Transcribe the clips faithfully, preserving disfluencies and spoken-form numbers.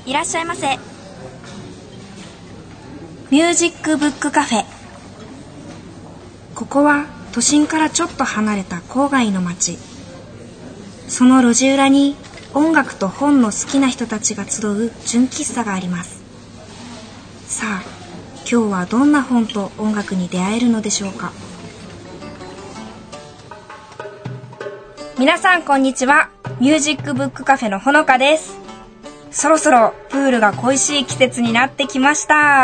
いらっしゃいませ。ミュージックブックカフェ。ここは都心からちょっと離れた郊外の町。その路地裏に音楽と本の好きな人たちが集う純喫茶があります。さあ、今日はどんな本と音楽に出会えるのでしょうか。皆さんこんにちは。ミュージックブックカフェのほのかです。そろそろプールが恋しい季節になってきました。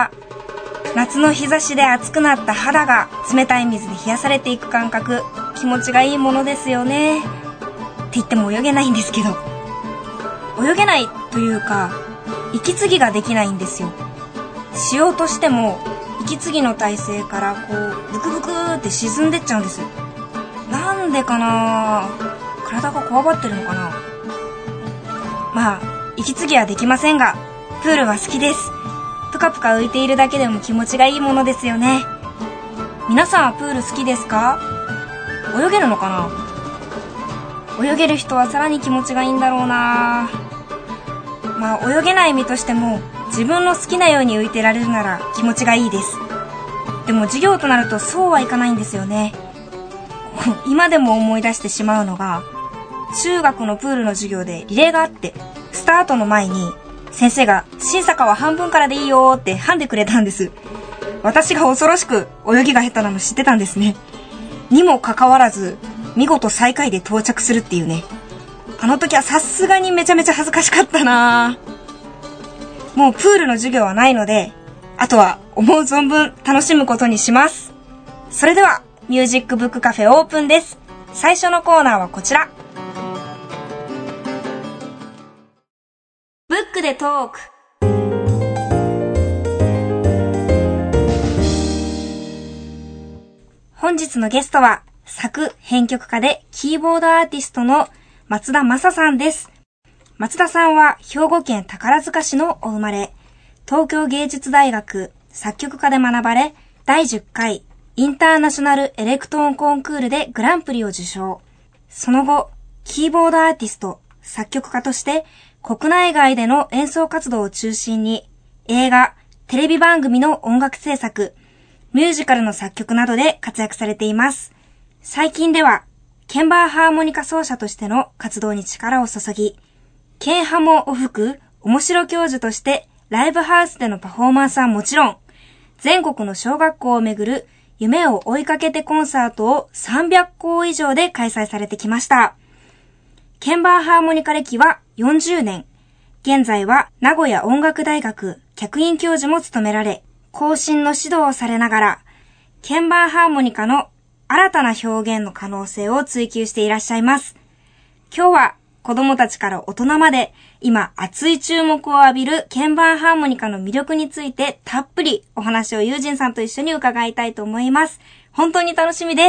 夏の日差しで熱くなった肌が冷たい水で冷やされていく感覚、気持ちがいいものですよね。って言っても泳げないんですけど、泳げないというか息継ぎができないんですよ。しようとしても息継ぎの体勢からこうブクブクって沈んでっちゃうんです。なんでかな。体がこわばってるのかな。まあ息継ぎはできませんがプールは好きです。ぷかぷか浮いているだけでも気持ちがいいものですよね。皆さんはプール好きですか？泳げるのかな。泳げる人はさらに気持ちがいいんだろうな。まあ泳げない身としても自分の好きなように浮いてられるなら気持ちがいいです。でも授業となるとそうはいかないんですよね。今でも思い出してしまうのが、中学のプールの授業でリレーがあって、スタートの前に先生が審査課は半分からでいいよってハンでくれたんです。私が恐ろしく泳ぎが下手なの知ってたんですね。にもかかわらず見事最下位で到着するっていうね。あの時はさすがにめちゃめちゃ恥ずかしかったな。もうプールの授業はないので、あとは思う存分楽しむことにします。それではミュージックブックカフェオープンです。最初のコーナーはこちら。ブックでトーク。本日のゲストは作編曲家でキーボードアーティストの松田正さんです。松田さんは兵庫県宝塚市のお生まれ、東京芸術大学作曲家で学ばれ、だいじゅっかいインターナショナルエレクトーンコンクールでグランプリを受賞。その後、キーボードアーティスト、作曲家として国内外での演奏活動を中心に映画、テレビ番組の音楽制作、ミュージカルの作曲などで活躍されています。最近では鍵盤ハーモニカ奏者としての活動に力を注ぎ、鍵ハモを吹く面白教授としてライブハウスでのパフォーマンスはもちろん、全国の小学校をめぐる夢を追いかけてコンサートをさんびゃっこう以上で開催されてきました。鍵盤ハーモニカ歴はよんじゅうねん。現在は名古屋音楽大学客員教授も務められ、後進の指導をされながら、鍵盤ハーモニカの新たな表現の可能性を追求していらっしゃいます。今日は子供たちから大人まで今熱い注目を浴びる鍵盤ハーモニカの魅力についてたっぷりお話をユージンさんと一緒に伺いたいと思います。本当に楽しみです。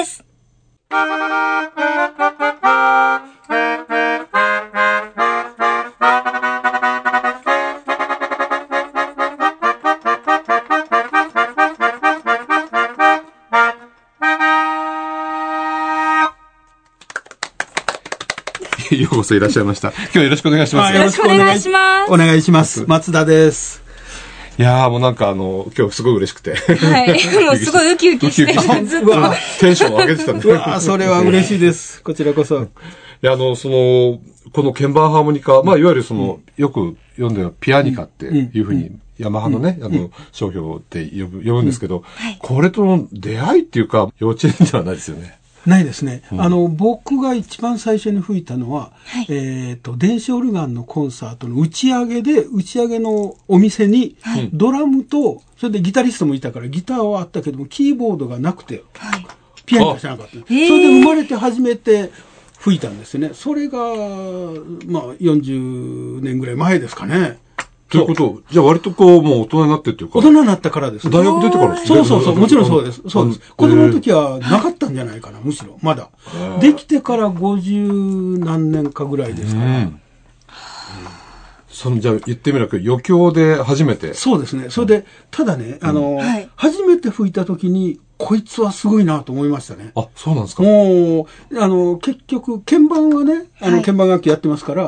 ようこそいらっしゃいました。今日はよろしくお願いします。 よろしくお願いします。 お願いします。松田です。 いやーもうなんかあの今日すごい嬉しくて、 はい、もうすごいウキウキしてずっとテンションを上げてたんで、 うわそれは嬉しいです。こちらこそ。いやあのそのこの鍵盤ハーモニカ、まあいわゆるその、うん、よく読んでるピアニカっていうふうに、うん、ヤマハのね、うん、あの商標って呼ぶ呼ぶんですけど、うんはい、これとの出会いっていうか幼稚園ではないですよね。 ないですね、うん、あの僕が一番最初に吹いたのは、はい、えっと電子オルガンのコンサートの打ち上げで打ち上げのお店に、はい、ドラムとそれでギタリストもいたからギターはあったけどもキーボードがなくて、はい、ピアノがしなかった。それで生まれて初めて吹いたんですね。それがまあよんじゅうねんぐらい前ですかね。 ということ、じゃあ割とこう、もう大人になってっていうか。 大人になったからです。 大学出てからですね。 そうそうそう、もちろんそうです。そうです。子供の時はなかったんじゃないかな、むしろ、まだ。できてからごじゅうなんねんかぐらいですから。うん、 その、じゃあ言ってみると、余興で初めて。 そうですね。それで、ただね、あの、うんはい、初めて吹いた時に、こいつはすごいなと思いましたね。 あ、そうなんですか。 もう、あの、結局、鍵盤はね、あの、鍵盤楽器やってますから、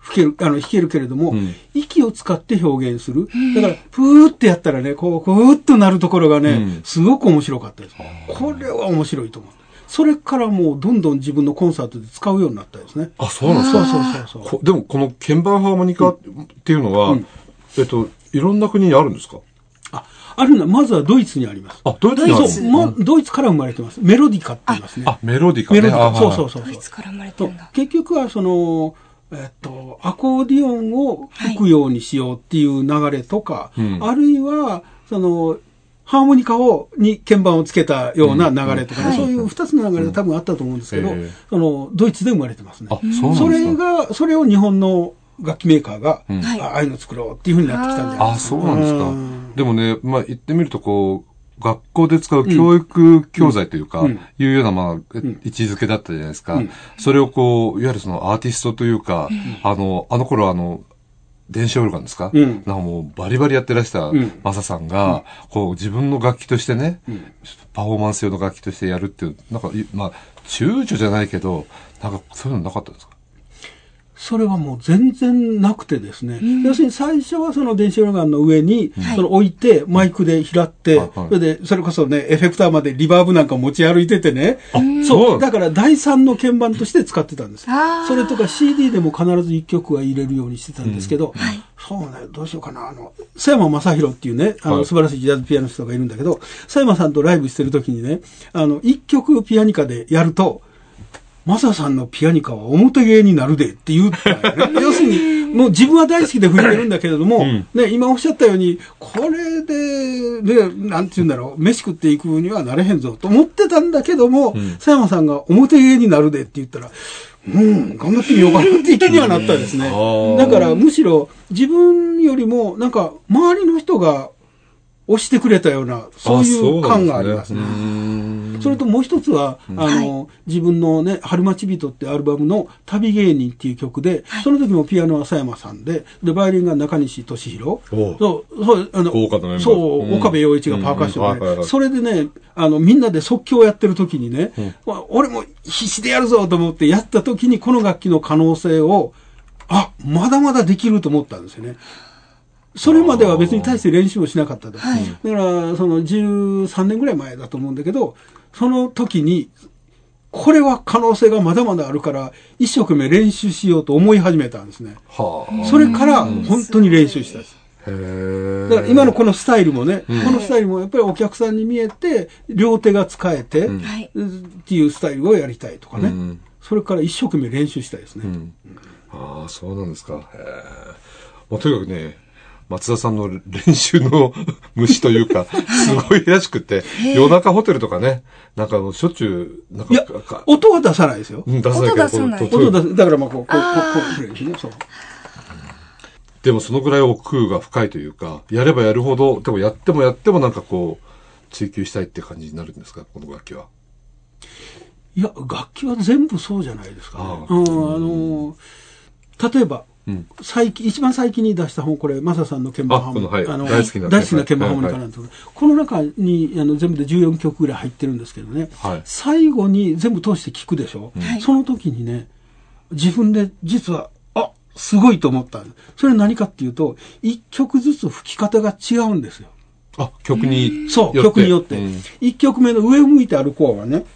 吹ける、あの、弾けるけれども、 うん、 息を使って表現する。だから、ふーってやったらね、こう、ふーっとなるところがね、うん、すごく面白かったです。これは面白いと思う。それからもうどんどん自分のコンサートで使うようになったですね。 あ、そうなんですか。 そうそうそうそう。 でもこの鍵盤ハーモニカっていうのは、うん、えっと、いろんな国にあるんですか？ あ、あるのは、まずはドイツにあります。 あ、ドイツにあるんですか？ ま、ドイツから生まれてます。メロディカって言いますね。 あ、メロディカね。 メロディカ。そうそうそう。 ドイツから生まれてるんだ。 結局はその、えっと、アコーディオンを吹くようにしようっていう流れとか、はい、あるいは、その、ハーモニカを、に鍵盤をつけたような流れとかね、うん、そういう二つの流れが多分あったと思うんですけど、うん、その、ドイツで生まれてますね。 あ、そうなんですか。 それが、それを日本の楽器メーカーが、うん、ああいうの作ろうっていう風になってきたんじゃないですか。 あ、そうなんですか。でもね、まあ言ってみるとこう、学校で使う教育教材というか、うん、いうような、まあ、うん、位置づけだったじゃないですか。うん、それをこう、いわゆるそのアーティストというか、うん、あの、あの頃あの、電子オルガンですか、うん、なんかもうバリバリやってらしたマサさんが、うん、こう自分の楽器としてね、うん、パフォーマンス用の楽器としてやるっていう、なんか、まあ、躊躇じゃないけど、なんかそういうのなかったですか？ それはもう全然なくてですね。うん、要するに最初はその電子オルガンの上に、うん、その置いて、マイクで拾って、はい、それで、それこそね、エフェクターまでリバーブなんか持ち歩いててね。そう。だから第三の鍵盤として使ってたんです。それとか シーディー でも必ず一曲は入れるようにしてたんですけど、うんはい、そうね、どうしようかな。あの、佐山正宏っていうね、あの、はい、素晴らしいジャズピアニストがいるんだけど、佐山さんとライブしてる時にね、あの、一曲ピアニカでやると、マサさんのピアニカは表芸になるでって言ったよね。要するに、もう自分は大好きで吹いてるんだけれども、うん、ね、今おっしゃったように、これで、ね、なんて言うんだろう、飯食っていくにはなれへんぞと思ってたんだけども、うん、佐山さんが表芸になるでって言ったら、うん、頑張ってみようかなっていう気にはなったですね。だからむしろ自分よりも、なんか周りの人が押してくれたような、そういう感がありますね。それともう一つは、あの、はい、自分のね、春町人ってアルバムの旅芸人っていう曲で、はい、その時もピアノは佐山さんで、で、バイオリンが中西俊弘。そう、そう、あの、そう、岡部陽一がパーカッションで、うんうん、それでね、あの、みんなで即興をやってる時にね、うん、俺も必死でやるぞと思ってやった時に、この楽器の可能性を、あ、まだまだできると思ったんですよね。それまでは別に大して練習をしなかったと。はい、だから、そのじゅうさんねんぐらい前だと思うんだけど、その時に、これは可能性がまだまだあるから、一生懸命練習しようと思い始めたんですね。はあ、それから本当に練習したんです。へだから今のこのスタイルもね、うん、このスタイルもやっぱりお客さんに見えて、両手が使えて、うん、っていうスタイルをやりたいとかね。うん、それから一生懸命練習したいですね。うん、 ああ、そうなんですか。へまあ、とにかくね、松田さんの練習の虫というか、すごいらしくて、夜中ホテルとかね、なんかしょっちゅう、なんか、いや、 音は出さないですよ。 うん、出さないけど、音出さない。 音出す。だからまあ、こう、こう、こう、こう、こう、ね、そう。 でもそのぐらい奥が深いというか、やればやるほど、でもやってもやってもなんかこう、追求したいって感じになるんですか、この楽器は。 いや、楽器は全部そうじゃないですか、ね。ああ、うん、あの、例えば、うん、最近、一番最近に出した本、これ、マサさんの鍵盤ハーモニカ、はい、あの、大好きな、大好きな鍵盤ハーモニカなんですけど、はいはい、この中に、あの、全部でじゅうよんきょくぐらい入ってるんですけどね、はい、最後に全部通して聞くでしょ、うん、その時にね、自分で実は、あ、すごいと思った。それは何かっていうと、一曲ずつ吹き方が違うんですよ。 あ、曲にそう、曲によって。一、うん、曲目の上を向いてあるコアはね、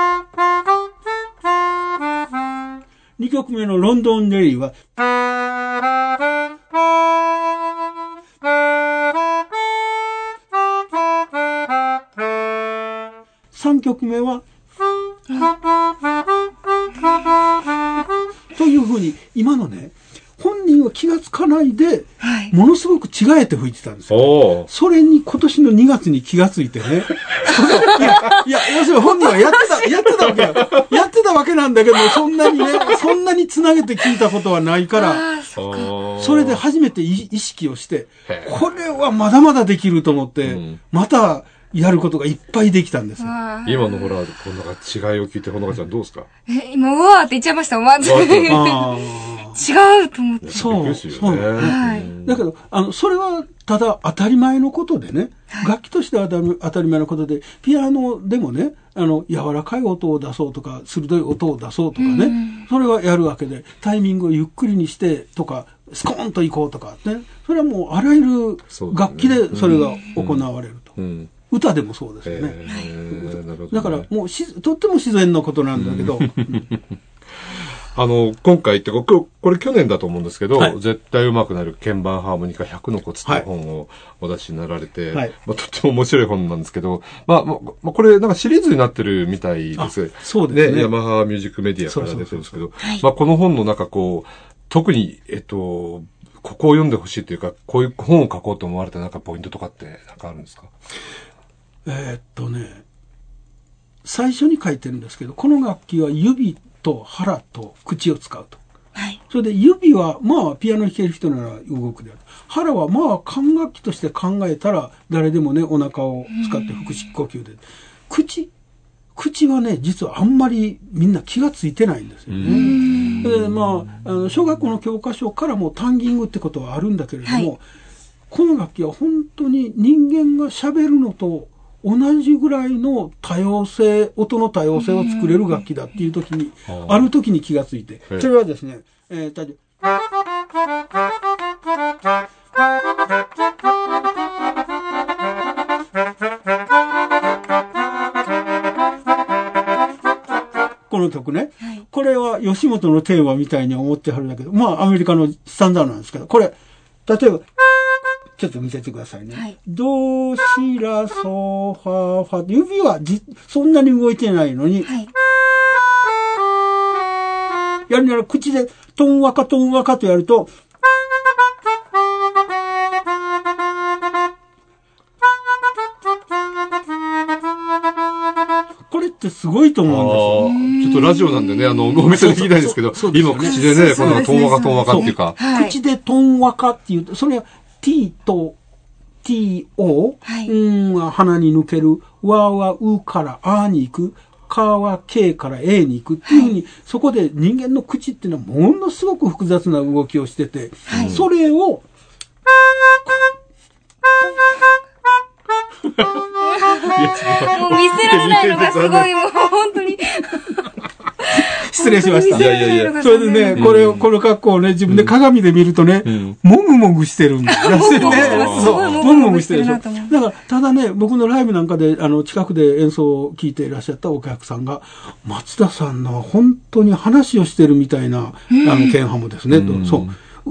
二曲目のロンドンデリーは、三曲目は、というふうに、今のね、本人は気がつかないで、はい、ものすごく違えて吹いてたんですよ。それに今年のにがつに気がついてね。いや、いや、要するに本人はやってた、やってたわけよ。やってたわけなんだけど、そんなにね、そんなにつなげて聞いたことはないから、それで初めて意識をして、これはまだまだできると思って、うん、また、やることがいっぱいできたんですよ。 今のほら、こんな違いを聞いて、ほのかちゃんどうですか？ え、今、うわーって言っちゃいました、まず。違うと思って。 そう、そう、はい。だけど、あの、それはただ当たり前のことでね、はい、楽器としては当たり、当たり前のことで、ピアノでもね、あの、柔らかい音を出そうとか、鋭い音を出そうとかね、それはやるわけで、タイミングをゆっくりにしてとか、スコーンと行こうとかね、それはもうあらゆる楽器でそれが行われると。うんうん、歌でもそうですよね。えー、だからもうし、とっても自然なことなんだけど、 あの、今回ってこ、これ去年だと思うんですけど、はい、絶対上手くなる鍵盤ハーモニカひゃくのコツという本をお出しになられて、はい、まあ、とっても面白い本なんですけど、まあ、まあ、これなんかシリーズになってるみたいです。 そうですね。 ね、ヤマハミュージックメディアから出てるんですけど、まあ、この本の中こう、特に、えっと、ここを読んでほしいというか、こういう本を書こうと思われたなんかポイントとかってなんかあるんですか？ えー、っとね、最初に書いてるんですけど、この楽器は指と腹と口を使うと。はい。それで指は、まあ、ピアノ弾ける人なら動くである。腹は、まあ、管楽器として考えたら、誰でもね、お腹を使って腹式呼吸で。口口はね、実はあんまりみんな気がついてないんですよね。で、まあ、あの小学校の教科書からもタンギングってことはあるんだけれども、はい、この楽器は本当に人間が喋るのと同じぐらいの多様性、音の多様性を作れる楽器だっていう時に、ある時に気がついて、それはですね、えー、この曲ね、はい、これは吉本のテーマみたいに思ってはるんだけど、まあアメリカのスタンダードなんですけど、これ、例えば、ちょっと見せてくださいね。はい、ド、シ、ラ、ソ、ファ、ファ。指はじそんなに動いてないのに、はい、やるなら口でトンワカトンワカとやると、これってすごいと思うんですよ。 ちょっとラジオなんでね、あの、お店で聞きたいですけど、今口でね、このトンワカトンワカっていうか。 口でトンワカっていうと、それは、t と t を、はい、うんは鼻に抜ける、わはうからあに行く、かは k から a に行くっていうふうに、はい、そこで人間の口っていうのはものすごく複雑な動きをしてて、はい、それを、もう見せられないのがすごい、もう本当に。 失礼しました。 いやいやいや。 それでね、これを、この格好をね、自分で鏡で見るとね、うん、もぐもぐしてるんだよね。そう、もぐもぐしてるでしょ。だから、ただね、僕のライブなんかで、あの、近くで演奏を聞いていらっしゃったお客さんが、松田さんの本当に話をしてるみたいな、あの、ケンハムですね、と。そう。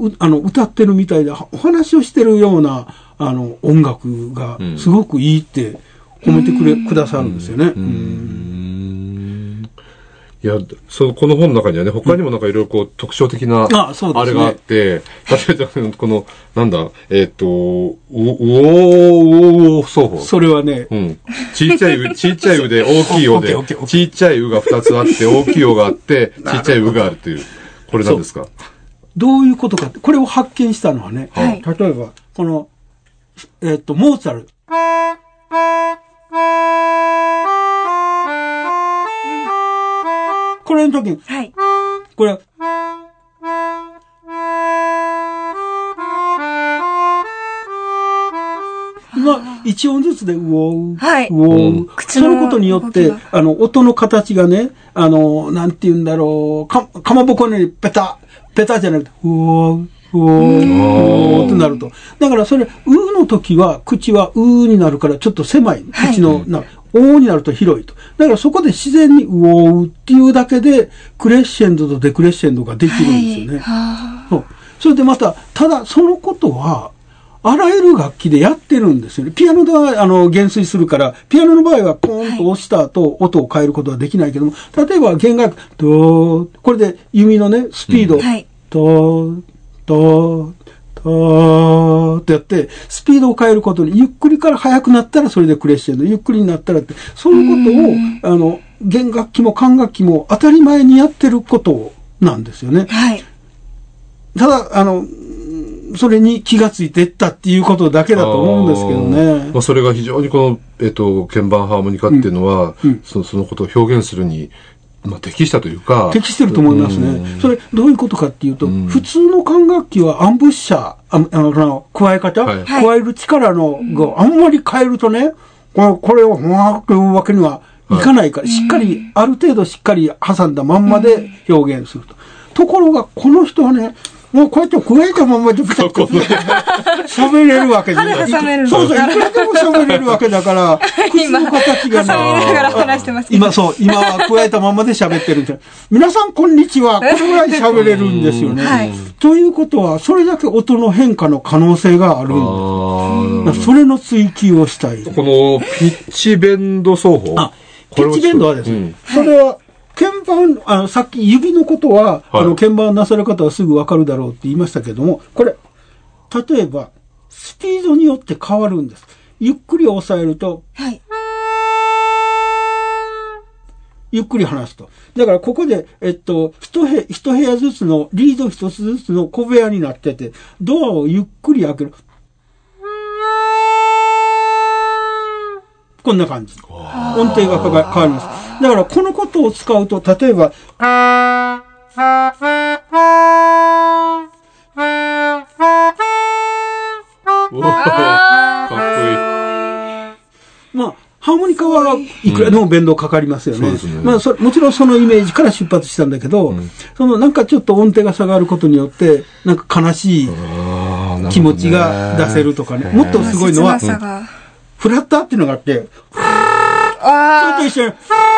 あの、歌ってるみたいで、お話をしてるような、あの、音楽が、すごくいいって褒めてくれ、くださるんですよね。うんいや、その、この本の中にはね、他にもなんかいろいろこう、特徴的な、あれがあって、例えば、この、なんだ、えっと、お、おおおそう。 それはね、 うん。ちっちゃい、ちっちゃい「う」で大きい「お」で、ちっちゃい「う」が二つあって、大きい「お」があって、ちっちゃい「う」があるという。これなんですか？ どういうことかって、これを発見したのはね、はい、例えば、この、えっと、モーツァルト。これの時に、はい、これ、今、一音ずつで、ウォー、はい、ウォー、そのことによって、あの、音の形がね、あの、なんて言うんだろう、か、かまぼこにペタ、ペタじゃなくて、ウォー、ウォー、ウォーとなると。だからそれ、ウの時は、口はウになるから、ちょっと狭い。口の、はい、なオになると広いと。だからそこで自然にウォーっていうだけで、クレッシェンドとデクレッシェンドができるんですよね。はい、そう。それでまた、ただそのことは、あらゆる楽器でやってるんですよね。ピアノでは、あの、減衰するから、ピアノの場合はポーンと押した後、音を変えることはできないけども、例えば弦楽、ドー、これで弓のね、スピード、うん、はい、ドー、ドー、ドーってやって、スピードを変えることに、ゆっくりから速くなったらそれでクレッシェンド、ゆっくりになったらって、そういうことを、あの、弦楽器も管楽器も当たり前にやってることなんですよね。はい。ただ、あの、それに気がついていったっていうことだけだと思うんですけどね。 まあ、それが非常にこの、えっと、鍵盤ハーモニカっていうのは、うんうん、そ, そのことを表現するに、 まあ、適したというか。 適してると思いますね。それ、どういうことかっていうと、普通の管楽器はアンブッシャー、あの、加え方、はい、加える力の、があんまり変えるとね、これをふわーっというわけにはいかないから、はい、しっかり、ある程度しっかり挟んだまんまで表現すると。ところが、この人はね、もうこうやって加えたまんまでピタッと喋れるわけです。そうそう、いくらでも喋れるわけだから、口の形がね。 挟みながら話してますけど。今そう、今は加えたまんまで喋ってるんです。皆さんこんにちは。これぐらい喋れるんですよね。はい、ということは、それだけ音の変化の可能性があるんです。それの追求をしたい。 このピッチベンド奏法。 あ、ピッチベンドはですね、うん、それは、鍵盤、あの、さっき指のことは、はい、あの、鍵盤なされ方はすぐわかるだろうって言いましたけども、これ、例えば、スピードによって変わるんです。ゆっくり押さえると、はい、ゆっくり離すと。だからここで、えっと、一部屋、一部屋ずつの、リード一つずつの小部屋になってて、ドアをゆっくり開ける。こんな感じ。音程が変わります。だからこのことを使うと、例えば、かっこいい。 まあ、ハーモニカはいくらでも弁動かかりますよね。うん、そうですね。まあそ、もちろんそのイメージから出発したんだけど、うん、そのなんかちょっと音程が下がることによって、なんか悲しい気持ちが出せるとかね。もっとすごいのは、フラッターっていうのがあって、あそれと一緒に、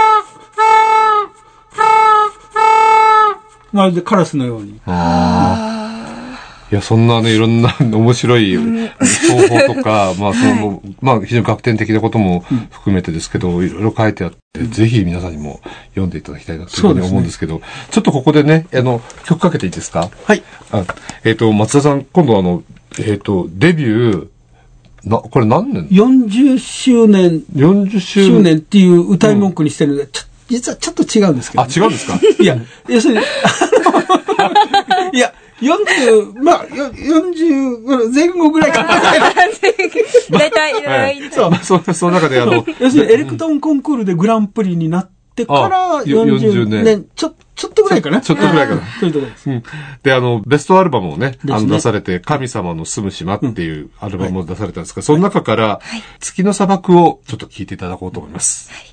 まるでカラスのように。 いや、そんなね、いろんな面白い方法とか、まあ、その、はい、まあ、非常に学典的なことも含めてですけど、いろいろ書いてあって、うん、ぜひ皆さんにも読んでいただきたいなというふうに思うんですけど、ね、ちょっとここでね、あの、曲かけていいですか？ はい。 あえっ、ー、と、松田さん、今度あの、えっ、ー、と、デビュー、な、これ何年 ? よんじゅっしゅうねん。 よんじゅっしゅうねんっていう歌い文句にしてるので、うん、ちょ実はちょっと違うんですけど、 ね。あ、違うんですか？ いや、要するに、いや、よんじゅう、まあ、よんじゅう前後ぐらいかな。 大体、はい、 そう、そ, その中であの、 要するにエレクトーンコンクールでグランプリになってからよんじゅうねん、ちょ、ちょっとぐらいかな。 ちょっとぐらいかな。 そういうところです。 うん。で、あの、ベストアルバムをね、あの出されて、神様の住む島っていうアルバムを出されたんですが、その中から、月の砂漠をちょっと聴いていただこうと思います。はい、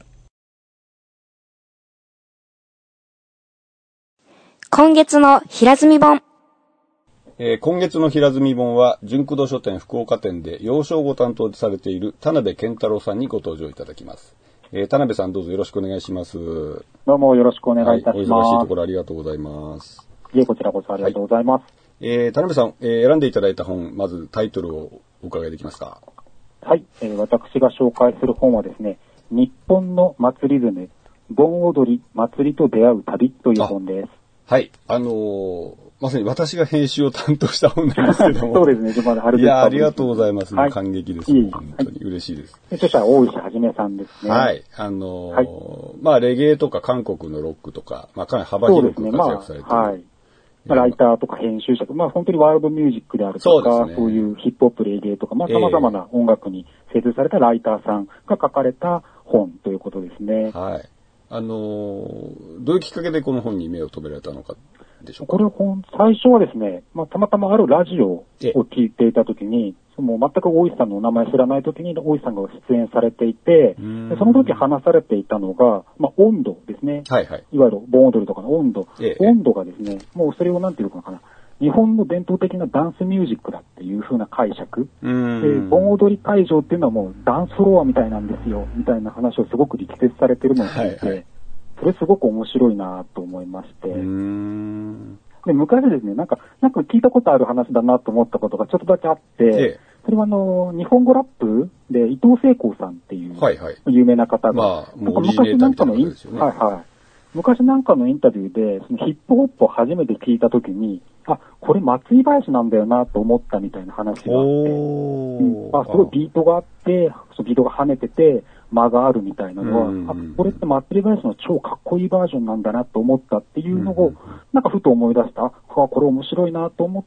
今月の平積本。 えー、今月の平積本は、純駆動書店福岡店で幼少を担当されている田辺健太郎さんにご登場いただきます。えー、田辺さんどうぞよろしくお願いします。 どうもよろしくお願いいたします。 はい、お忙しいところありがとうございます。 いえ、こちらこそありがとうございます。はい、 えー、田辺さん、えー、選んでいただいた本、まずタイトルをお伺いできますか？ はい、えー、私が紹介する本はですね、日本の祭りズム、盆踊り、祭りと出会う旅という本です。 はい。あのー、まさに私が編集を担当した本なんですけども。 そうですね。まだいや、ありがとうございます。はい、感激です。本当に嬉しいです。 著者は大石はじめさんですね。 はい。あのーはい、まあ、レゲエとか韓国のロックとか、まあ、かなり幅広く活躍されている。 まあ、はい。まあ、ライターとか編集者とか、まあ、本当にワールドミュージックであるとか、そうですね、そういうヒップホップ、レゲエとか、まあ、様々な音楽に精通されたライターさんが書かれた本ということですね。 はい。あのー、どういうきっかけでこの本に目を留められたのかでしょうか？ これ本、最初はですね、まあ、たまたまあるラジオを聞いていたときに、その全く大石さんのお名前知らないときに大石さんが出演されていて、でその時話されていたのが、まあ、温度ですね。 はいはい。 いわゆる盆踊りとかの温度。ええ、温度がですね、もうそれをなんていうのかな。日本の伝統的なダンスミュージックだっていう風な解釈。で、盆踊り会場っていうのはもうダンスフロアみたいなんですよ、みたいな話をすごく力説されてるのを聞いて、はいはい、それすごく面白いなと思いまして。うーんで昔ですね、なんか、なんか聞いたことある話だなと思ったことがちょっとだけあって、ええ、それはあの、日本語ラップで伊藤聖光さんっていう有名な方が、はいはい、なんか昔なんかのイン、ね、はいはい。昔なんかのインタビューで、そのヒップホップを初めて聞いたときに、あ、これ松井林なんだよなと思ったみたいな話があって、うん、あ、すごいビートがあって、そのビートが跳ねてて、間があるみたいなのは、うんうんうん、あ、これって松井林の超かっこいいバージョンなんだなと思ったっていうのを、うんうん、なんかふと思い出した。あ、これ面白いなと思って、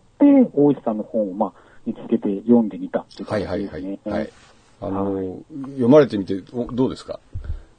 大石さんの本をまあ見つけて読んでみたっていう感じですね。はいはいはい。はい、 あの、はい、読まれてみてどうですか？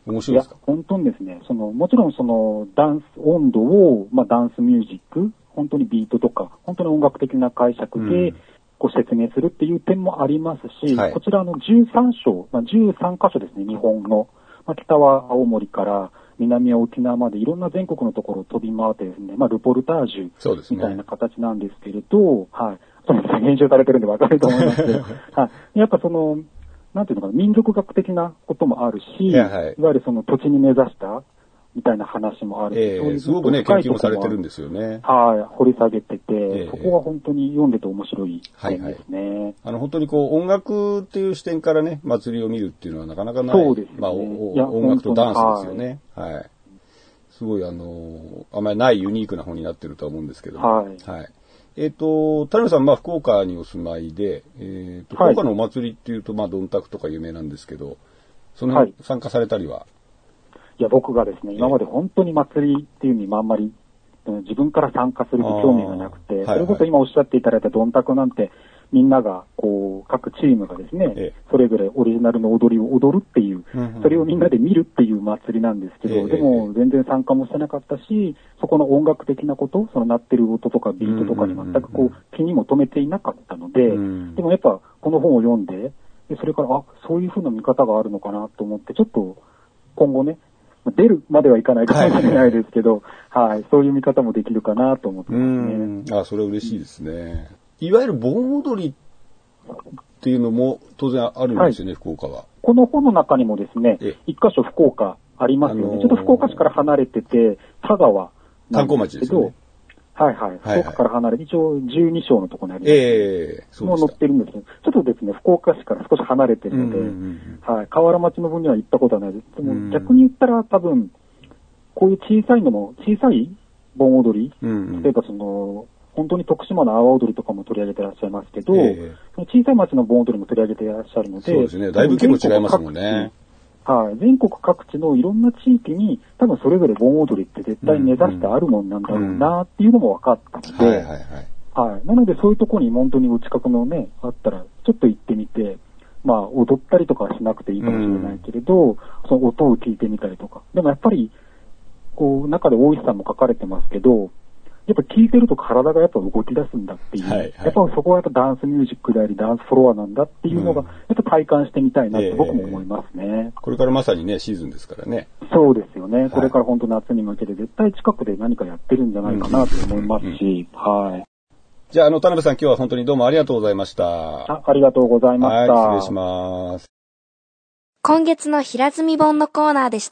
面白いですか？ いや、本当にですね、その、もちろんその、ダンス、温度を、まあ、ダンスミュージック、本当にビートとか、本当に音楽的な解釈で、ご説明するっていう点もありますし、はい、こちらのじゅうさん章、まあ、じゅうさん箇所ですね、日本の。まあ、北は青森から南は沖縄までいろんな全国のところを飛び回ってですね、まあ、ルポルタージュみたいな形なんですけれど、はい。そうですね、編集されてるんでわかると思いますけど、はい。やっぱその、なんていうのかな、民族学的なこともあるし、いや、はい、いわゆるその土地に根ざしたみたいな話もあるし、 えー、そういうすごくね、研究もされてるんですよね。 はい、掘り下げてて、えー、そこは本当に読んでて面白い点ですね。はいはい、 あの、本当にこう、音楽っていう視点からね、祭りを見るっていうのはなかなかない。 そうですね。 まあ、音楽とダンスですよね。はい、はい。すごい、あの、あんまりないユニークな本になってるとは思うんですけども。はい。はい。えっ、ー、と、田辺さん、まあ、福岡にお住まいで、えっ、ー、と、福岡のお祭りっていうと、まあ、どんたくとか有名なんですけど、その辺参加されたりは、はいいや、僕がですね、今まで本当に祭りっていうにあんまり自分から参加する興味がなくて、はいはい、それこそ今おっしゃっていただいたどんたくなんて、みんなが、こう、各チームがですね、ええ、それぞれオリジナルの踊りを踊るっていう、うんうん、それをみんなで見るっていう祭りなんですけど、え、でも全然参加もしてなかったし、そこの音楽的なこと、その鳴ってる音とかビートとかに全くこう、気にも留めていなかったので、うん、でもやっぱこの本を読んで、でそれから、あ、そういう風な見方があるのかなと思って、ちょっと今後ね、出るまではいかないかもしれないですけど、はい、はい、そういう見方もできるかなと思ってますね。 うんあ、それは嬉しいですね。いわゆる盆踊りっていうのも当然あるんですよね、はい、福岡は。 この本の中にもですね、一箇所福岡ありますよね。あのー、ちょっと福岡市から離れてて、田川なんですけど、ね、はいはい。福岡から離れて、一応じゅうに章のところにあります、ね。ええー、そうですか。も載ってるんですけど、ちょっとですね、福岡市から少し離れてるので、うんうんうん、はい。河原町の分には行ったことはないです。でも逆に言ったら多分、こういう小さいのも、小さい盆踊り、うんうん、例えばその、本当に徳島の阿波踊りとかも取り上げてらっしゃいますけど、えー、その小さい町の盆踊りも取り上げていらっしゃるので、 そうですね。だいぶ規模違いますもんね。 はい。全国各地のいろんな地域に、多分それぞれ盆踊りって絶対根ざしてあるもんなんだろうなっていうのも分かったので、はいはいはい。はい。なのでそういうところに本当にお近くのね、あったら、ちょっと行ってみて、まあ踊ったりとかはしなくていいかもしれないけれど、うん、その音を聞いてみたりとか。でもやっぱり、こう、中で大石さんも書かれてますけど、やっぱ聞いてると体がやっぱ動き出すんだっていう、はいはい、やっぱそこはやっぱダンスミュージックであり、ダンスフロアなんだっていうのが、やっぱ体感してみたいなって僕も思いますね、えー。 これからまさにね、シーズンですからね。 そうですよね。はい、これから本当夏に向けて絶対近くで何かやってるんじゃないかなと思いますし、はい。 じゃあ、あの、田辺さん今日は本当にどうもありがとうございました。 あ、ありがとうございました。 はい、失礼します。 今月の平積み本のコーナーでした。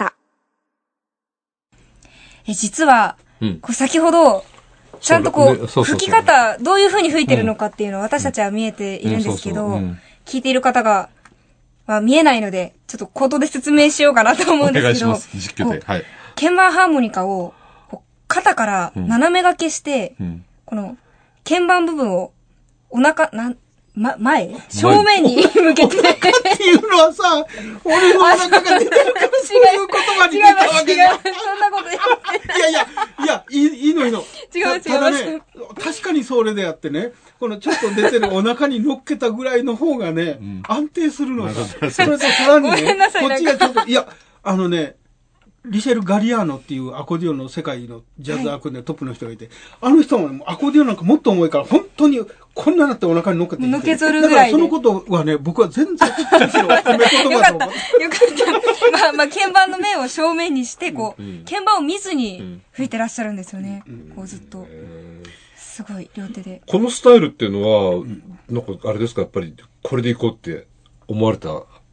え、実は、うん、こう先ほど、ちゃんとこう、吹き方、どういう風に吹いてるのかっていうのを私たちは見えているんですけど、聞いている方が、まあ、見えないので、ちょっと口頭で説明しようかなと思うんですけど、お願いします、実況で。はい。鍵盤ハーモニカを、肩から斜め掛けして、うん、この、鍵盤部分を、お腹、なん、ま、前正面に向けて。お腹っていうのはさ、俺のお腹が出てるからそういう言葉に出たわけじゃん。違う、違う、 そんなことやってない。 いやいや、いや、いい、いいのいいの。 違う、違う。 ただね、確かにそれであってね、このちょっと出てるお腹に乗っけたぐらいの方がね、うん、安定するのさ。それとさらにね、こっちがちょっと、いや、あのね、リシェル・ガリアーノっていうアコーディオンの世界のジャズアコーディオントップの人がいて、はい、あの人もアコーディオンなんかもっと重いから、本当にこんななってお腹に乗っけて乗っけとるぐらいで。 だからそのことはね、僕は全然、むしろ褒め言葉と思って。 よかった。よかった。まあまあ、鍵盤の面を正面にして、こう、うん、鍵盤を見ずに吹いてらっしゃるんですよね。うん、こうずっと。すごい、両手で。 このスタイルっていうのは、うん、なんかあれですか、やっぱり、これでいこうって思われた？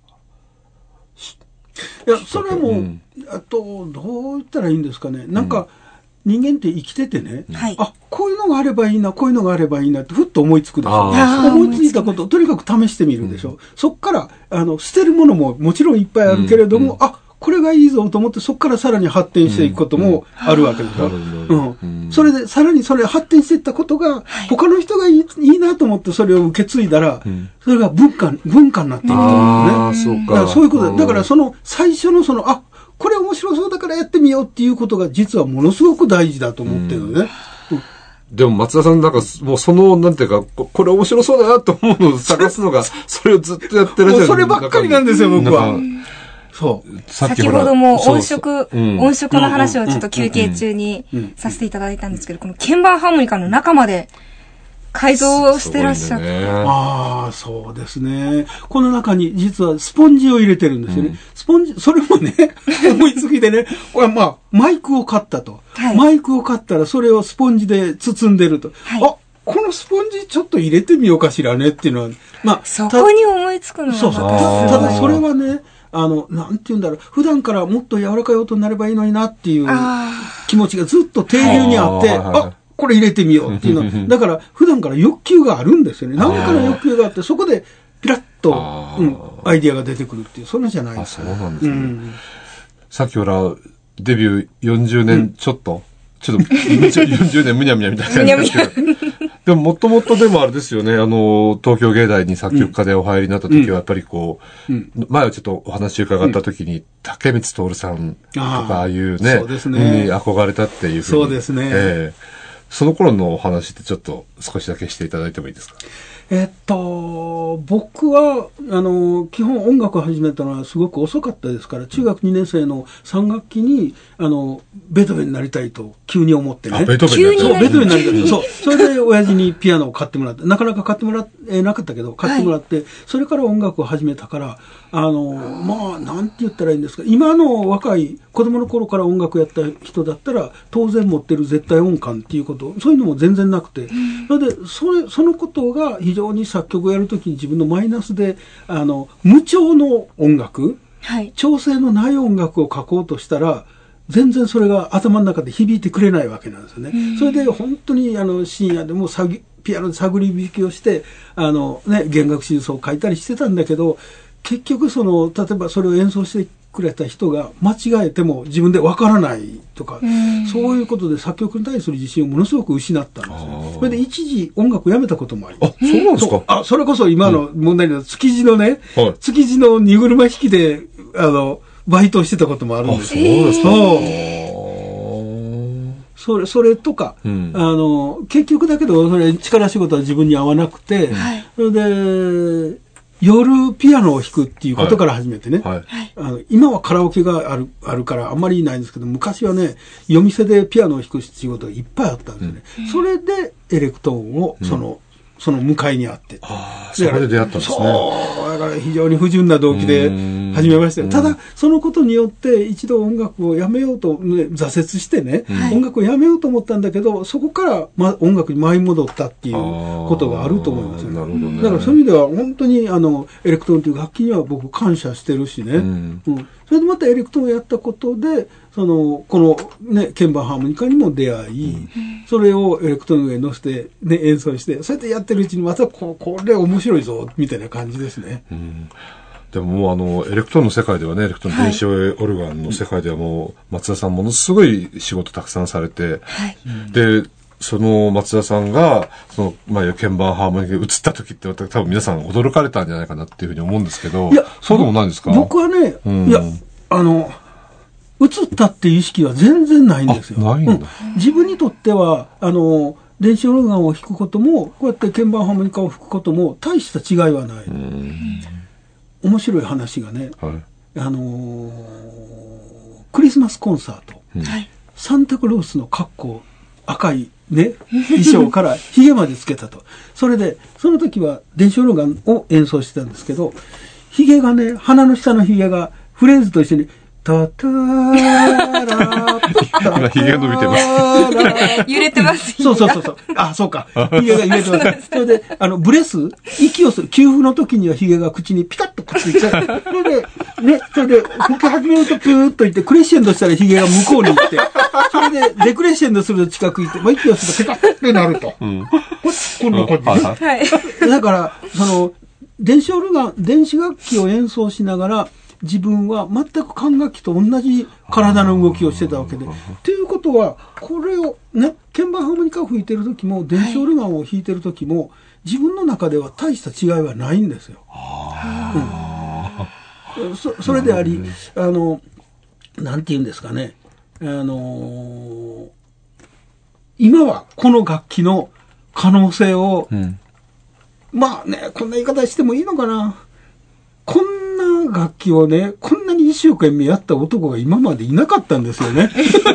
いや、それはもう、うん、あと、どう言ったらいいんですかね。なんか、人間って生きててね、うん、あ、こういうのがあればいいな、こういうのがあればいいなって、ふっと思いつくでしょ。思いついたことをとにかく試してみるでしょ。うん、そっから、あの、捨てるものももちろんいっぱいあるけれども、うん、あ、これがいいぞと思って、そこからさらに発展していくこともあるわけでしょ。うんうん、それで、さらにそれ発展していったことが、他の人がいい、いいなと思ってそれを受け継いだら、うん、それが文化、文化になっていくと思うんですね。あ、そうか。だからそういうことだ。だからその、最初のその、あ、これ面白そうだからやってみようっていうことが実はものすごく大事だと思ってるのね。うんうんでも松田さんなんかもうそのなんていうかこれ面白そうだなと思うのを探すのがそれをずっとやってらっしゃる。 もうそればっかりなんですよ僕は。 そう。 先ほども音色、うん、音色の話をちょっと休憩中にさせていただいたんですけど、この鍵盤ハーモニカの中まで改造してらっしゃって。 ね、ああ、そうですね。この中に実はスポンジを入れてるんですよね。うん、スポンジ、それもね、思いつきでね、これまあ、マイクを買ったと、はい。マイクを買ったらそれをスポンジで包んでると。はい、あ、このスポンジちょっと入れてみようかしらねっていうのは、まあ、 そこに思いつくのがそうそう。ただそれはね、あの、なんて言うんだろう、普段からもっと柔らかい音になればいいのになっていう気持ちがずっと定留にあって、あ、これ入れてみようっていうの。だから、普段から欲求があるんですよね。何かの欲求があって、そこで、ピラッと、うん、アイディアが出てくるっていう、それじゃないですか。 あ、そうなんですね。うん、さっきほら、デビューよんじゅうねんちょっと、うん、ちょっと、よんじゅうねんむにゃむにゃみたいな感じですけど。でも、もともとでもあれですよね、あの、東京芸大に作曲家でお入りになった時は、やっぱりこう、うん、前はちょっとお話伺った時に、うん、竹光徹さんとか、ああいうね、そうですね、に憧れたっていうふうに。 そうですね。 えーその頃のお話ってちょっと少しだけしていただいてもいいですか？ えっと、僕は、あの、基本音楽を始めたのはすごく遅かったですから、中学にねん生のさん学期に、あの、ベートーベンになりたいと急に思ってね。 あ、ベートーベンになりたい。 そう、ベートーベンになりたい。そう。それで親父にピアノを買ってもらって、なかなか買ってもらえなかったけど、買ってもらって、はい、それから音楽を始めたから、あの、まあ、なんて言ったらいいんですか。今の若い子供の頃から音楽やった人だったら、当然持ってる絶対音感っていうこと、そういうのも全然なくて、それで、それ、そのことが非常に作曲をやるときに自分のマイナスで、あの、無調の音楽、はい、調整のない音楽を書こうとしたら、全然それが頭の中で響いてくれないわけなんですよね。それで本当にあの深夜でもサギピアノで探り弾きをして、あのね、弦楽四重奏を書いたりしてたんだけど、結局その、例えばそれを演奏してくれた人が間違えても自分でわからないとか、そういうことで作曲に対する自信をものすごく失ったんですね。それで一時音楽をやめたこともあります。 あ、そうなんですか？ あ、それこそ今の問題の築地のね、はい、築地の荷車引きで、あの、バイトをしてたこともあるんですよ。 そうですか。 それ、それとか、うん、あの、結局だけど、それ、力仕事は自分に合わなくて、はい、それで、夜ピアノを弾くっていうことから始めてね、はいはい、あの今はカラオケがある、あるからあんまりいないんですけど、昔はね、夜店でピアノを弾く仕事がいっぱいあったんですよね。うん、それでエレクトーンを、その、うんその向かいにあって。 ああ、それで出会ったんですね。 そう。だから非常に不純な動機で始めましたよ。ただ、そのことによって一度音楽をやめようと、ね、挫折してね、うん、音楽をやめようと思ったんだけど、そこから、ま、音楽に舞い戻ったっていうことがあると思いますよね。なるほどね。だからそういう意味では本当にあの、エレクトーンという楽器には僕感謝してるしね。うんうん、それでまたエレクトーンをやったことで、その、このね、鍵盤ハーモニカにも出会い、うん、それをエレクトーンの上に乗せて、ね、演奏して、そうやってやってるうちにまたこ、これ面白いぞ、みたいな感じですね。うん、 でももうあの、エレクトーンの世界ではね、エレクトーン電子オルガンの世界ではもう、松田さんものすごい仕事たくさんされて、はい、で、その松田さんが、その、まあ、鍵盤ハーモニカに移った時って多分皆さん驚かれたんじゃないかなっていうふうに思うんですけど、いや、そうでもないんですか？ 僕はね、うん、いや、あの、映ったっていう意識は全然ないんですよ。 ないんだ、うん。 自分にとっては、あの、電子オルガンを弾くことも、こうやって鍵盤ハーモニカを吹くことも、大した違いはない。面白い話がね、はい、あのー、クリスマスコンサート、うん、サンタクロースの格好、赤いね、衣装から髭までつけたと。それで、その時は電子オルガンを演奏してたんですけど、髭がね、鼻の下の髭がフレーズと一緒に、タターラー今、髭が伸びてます。 揺れてます。 そうそうそうそう。あ、そうか。髭が揺れてます。それで、あの、ブレス、息をする、給付の時には髭が口にピタッとくっついて、それで、ね、それで、吹き始めるとピューッといって、クレッシェンドしたら髭が向こうに行って、それで、デクレッシェンドすると近く行って、まあ、息をするとピタッてなると。うん、ここんな感じ。はい。だから、その、電子オルガン、電子楽器を演奏しながら、自分は全く管楽器と同じ体の動きをしてたわけで。ということは、これをね、鍵盤ハーモニカを吹いてる時も、電子オルガンを弾いてる時も、はい、自分の中では大した違いはないんですよ。うん、そ, それであり、あの、なんて言うんですかね。あのー、今はこの楽器の可能性を、うん、まあね、こんな言い方してもいいのかな。こんな楽器をね、こんなに意一生懸命やった男が今までいなかったんですよね。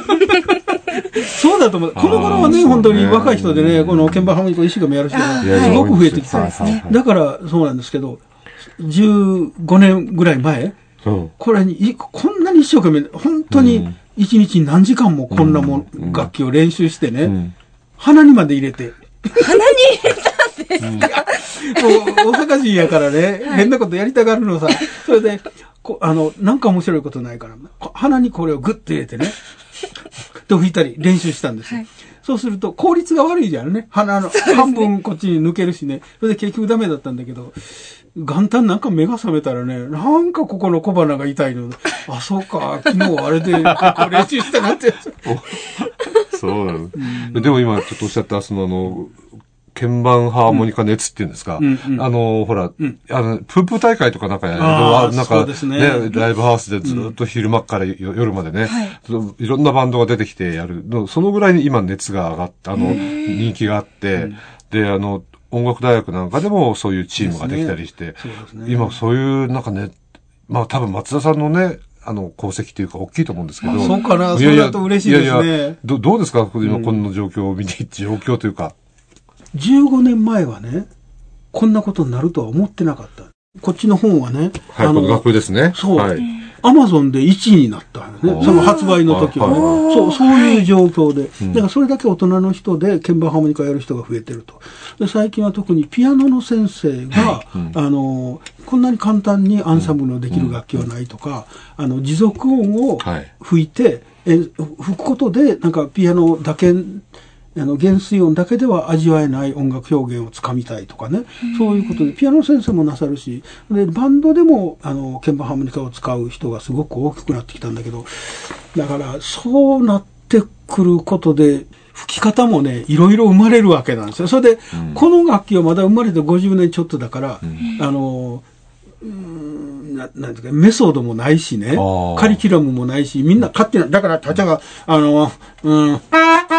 そうだと思う。この頃はね、本当に若い人でね、この鍵盤ハーモニカを一生懸命やる人がすごく増えてきたんですね。だからそうなんですけど、じゅうごねんぐらい前、これに、こんなに一生懸命、本当に一日に何時間もこんなもん、楽器を練習してね、鼻にまで入れて。 鼻に入れたんですか？ もう、大阪人やからね、変なことやりたがるのさ。それで、こあの、なんか面白いことないから、鼻にこれをグッと入れてね、と吹いたり練習したんですよ。はい、そうすると効率が悪いじゃんね。鼻の半分こっちに抜けるしね。それで結局ダメだったんだけど、元旦なんか目が覚めたらね、なんかここの小鼻が痛いの。あ、そうか、昨日あれで練習したなって。 そうなの、うん。でも今ちょっとおっしゃった、そのあの、鍵盤ハーモニカ熱っていうんですか、うんうん、あの、ほら、うん、あの、プープー大会とかなんかやるなんか、ね、ライブハウスでずっと昼間から夜までね、うん、いろんなバンドが出てきてやる。そのぐらいに今熱が上がって、あの、人気があって、で、あの、音楽大学なんかでもそういうチームができたりして、ねね、今そういうなんかね、まあ多分松田さんのね、あの、功績というか大きいと思うんですけど。 そうかな、それだと嬉しいですね。いやいやど、どうですか今この状況を見て、状況というか。 じゅうごねんまえはね、こんなことになるとは思ってなかった。こっちの本はね。 はい、この楽譜ですね。 そう。 はい。 アマゾンでいちいになったんね。その発売の時は、ね。そう、そういう状況で。うん、だからそれだけ大人の人で鍵盤ハーモニカやる人が増えてると。で、最近は特にピアノの先生が、はいうん、あの、こんなに簡単にアンサンブルのできる楽器はないとか、うん、あの、持続音を吹いて、はい、え吹くことで、なんかピアノだけ、あの、減衰音だけでは味わえない音楽表現をつかみたいとかね。そういうことで、ピアノ先生もなさるし、で、バンドでも、あの、鍵盤ハーモニカを使う人がすごく大きくなってきたんだけど、だから、そうなってくることで、吹き方もね、いろいろ生まれるわけなんですよ。それで、うん、この楽器はまだ生まれてごじゅうねんちょっとだから、うん、あの、うんななんていうか、メソッドもないしね、カリキュラムもないし、みんな勝手な、だから、たちが、あの、うん、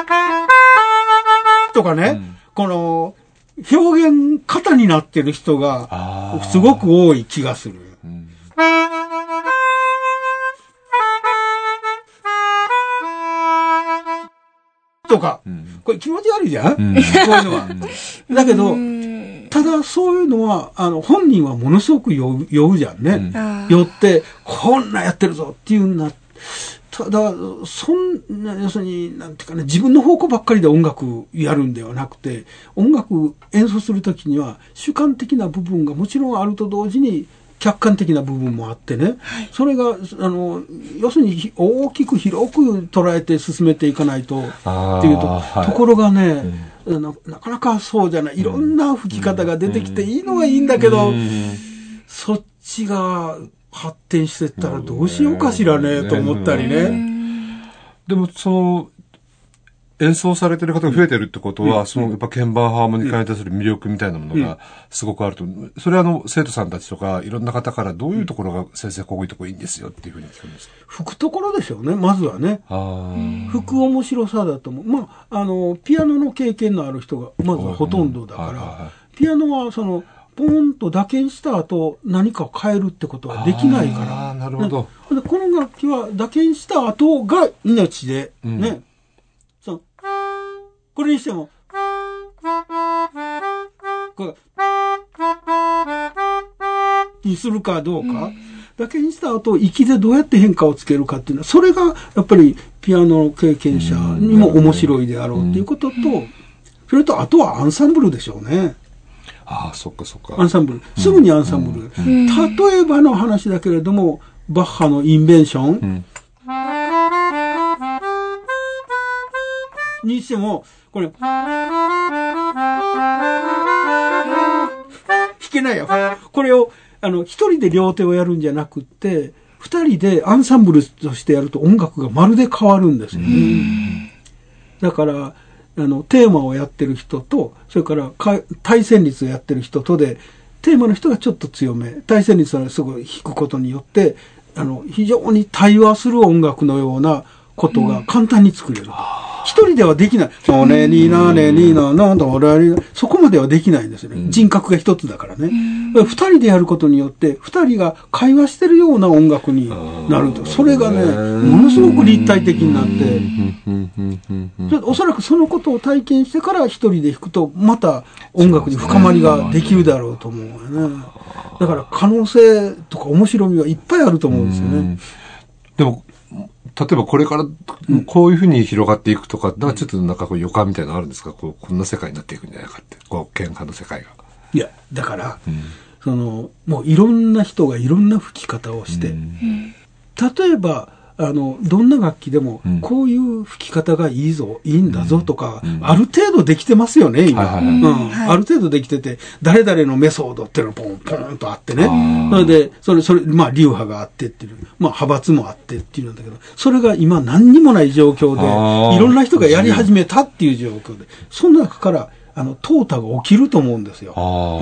とかね、うん、この、表現型になってる人が、すごく多い気がする。うん、とか、うん、これ気持ち悪いじゃん、うん、こういうのは。だけど、ただそういうのは、あの、本人はものすごく酔う、酔うじゃんね。うん、酔って、こんなやってるぞっていうんな。ただ、そんな、要するに、なんていうかね、自分の方向ばっかりで音楽やるんではなくて、音楽演奏するときには主観的な部分がもちろんあると同時に、客観的な部分もあってね、はい、それが、あの、要するに大きく広く捉えて進めていかないと、っていうと、はい、ところがね、うん、な, なかなかそうじゃない。いろんな吹き方が出てきていいのはいいんだけど、うん、そっちが発展してったらどうしようかしらね、と思ったりね。 でも、その、演奏されてる方が増えてるってことは、うん、その、やっぱ鍵盤ハーモニカに対する魅力みたいなものがすごくあると。うん、それはあの、生徒さんたちとか、いろんな方からどういうところが、先生、こういうところいいんですよっていうふうに聞くんですか？ 吹くところでしょうね、まずはね。吹く面白さだと思う。まあ、あの、ピアノの経験のある人が、まずはほとんどだから、ピアノはその、ポーンと打鍵した後、何かを変えるってことはできないから。 ああ、なるほど。 でこの楽器は打鍵した後が命で、ね。うんこれにしても、これにするかどうか、だけにした後、息でどうやって変化をつけるかっていうのは、それがやっぱりピアノ経験者にも面白いであろうっていうことと、それとあとはアンサンブルでしょうね。 ああ、そっかそっか。 アンサンブル。すぐにアンサンブル。例えばの話だけれども、バッハのインベンション。うんにしても、これ、弾けないよ。これを、あの、一人で両手をやるんじゃなくって、二人でアンサンブルとしてやると音楽がまるで変わるんですよね。だから、あの、テーマをやってる人と、それから対旋律をやってる人とで、テーマの人がちょっと強め、対旋律をすごい弾くことによって、あの、非常に対話する音楽のようなことが簡単に作れる。一人ではできない。そうね、になね、になな、どれにな。そここまではできないんですよね。うん、人格が一つだからね。二、うん、人でやることによって、二人が会話してるような音楽になると。それがね、ものすごく立体的になって、おそらくそのことを体験してから一人で弾くと、また音楽に深まりができるだろうと思うよね。だから可能性とか面白みはいっぱいあると思うんですよね。 でも、例えばこれからこういうふうに広がっていくとか、なんかちょっとなんかこう予感みたいなのあるんですか？こう、こんな世界になっていくんじゃないかって、こう、鍵盤の世界が。 いや、だから、うん、その、もういろんな人がいろんな吹き方をして、うん、例えば、あの、どんな楽器でも、こういう吹き方がいいぞ、いいんだぞとか、うん、ある程度できてますよね、今。はいはいはい、うん、はい、ある程度できてて、誰々のメソードっていうのがポンポンとあってね。なので、それ、それ、まあ、流派があってっていう、まあ、派閥もあってっていうんだけど、それが今何にもない状況で、いろんな人がやり始めたっていう状況で、その中から、あの、淘汰が起きると思うんですよ。うん、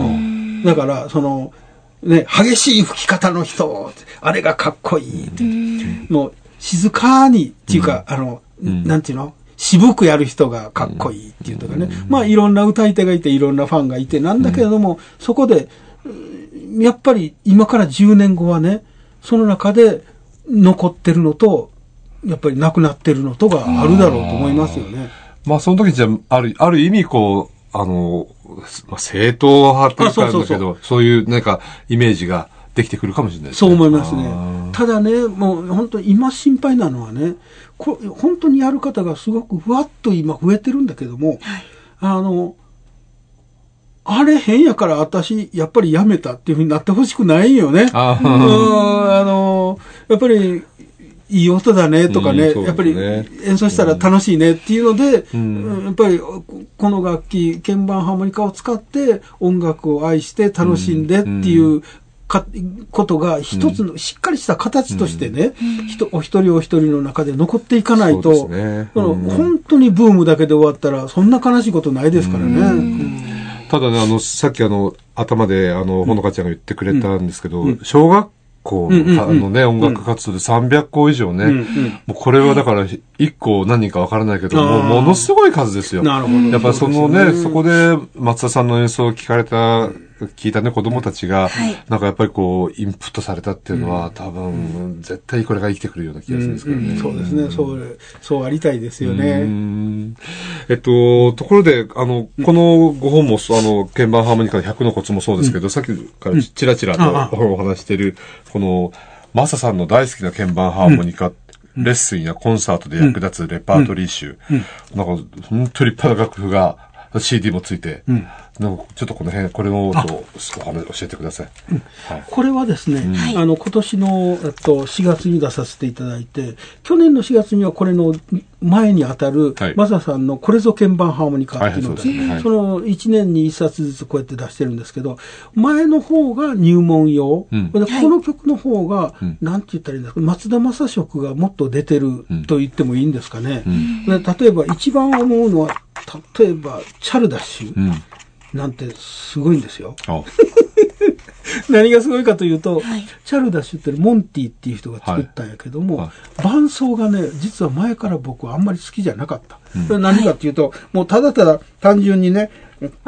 だから、その、ね、激しい吹き方の人、あれがかっこいいって。もう静かに、っていうか、うん、あの、うん、なんていうの渋くやる人がかっこいいっていうとかね。うん、まあ、いろんな歌い手がいて、いろんなファンがいて、なんだけれども、うん、そこで、やっぱり今からじゅうねんごはね、その中で残ってるのと、やっぱりなくなってるのとがあるだろうと思いますよね。 あまあ、その時じゃ、ある、ある意味、こう、あの、まあ、正統派っていうかなんだけど、そういうなんかイメージができてくるかもしれないですね。 そう思いますね。ただね、もう本当に今心配なのはね、こ本当にやる方がすごくふわっと今増えてるんだけども、はい、あの、あれ変やから私やっぱりやめたっていうふうになってほしくないよね。あ, うんあの、やっぱりいい音だねとかね、うん、やっぱり演奏したら楽しいねっていうので、うん、やっぱりこの楽器、鍵盤ハーモニカを使って音楽を愛して楽しんでっていうか、うん、ことが一つのしっかりした形としてね、うん、人お一人お一人の中で残っていかないと、そうですね、うん、本当にブームだけで終わったらそんな悲しいことないですからね。うんうんただね、あの、さっきあの、頭であの、ほのかちゃんが言ってくれたんですけど、うん、小学校の、あのね、音楽活動でさんびゃっこ以上ね、うんうん、もうこれはだからいっこ何人かわからないけど、もうものすごい数ですよ。なるほど。やっぱそのね、そこで松田さんの演奏を聞かれた、聞いたね、子供たちが、はい、なんかやっぱりこう、インプットされたっていうのは、うん、多分、絶対これが生きてくるような気がするんですけどね。 うんうん、そうですね、そう、そうありたいですよね。うんえっと、ところで、あの、このご本も、あの、鍵盤ハーモニカのひゃくのコツもそうですけど、うん、さっきからちらちらとお話している、この、マサさんの大好きな鍵盤ハーモニカ、うんレッスンやコンサートで役立つレパートリー集。うんうん、なんか、本当に立派な楽譜が、シーディー もついて、うん、なんかちょっとこの辺、これの音をお話教えてください。 うんはい、これはですね、うん、あの、今年の、えっと、しがつに出させていただいて、去年のしがつにはこれの前にあたる、はい、マサさんのこれぞ鍵盤ハーモニカっていうので、はいはい、そのいちねんにいっさつずつこうやって出してるんですけど、前の方が入門用、うん、でこの曲の方が、はい、なんて言ったらいいんですか、松田正色がもっと出てると言ってもいいんですかね。うん、で例えば一番思うのは、例えば、チャルダッシュ、うん、なんてすごいんですよ。何がすごいかというと、はい、チャルダッシュってモンティっていう人が作ったんやけども、はい、伴奏がね、実は前から僕はあんまり好きじゃなかった。うん、それ何かっていうと、はい、もうただただ単純にね、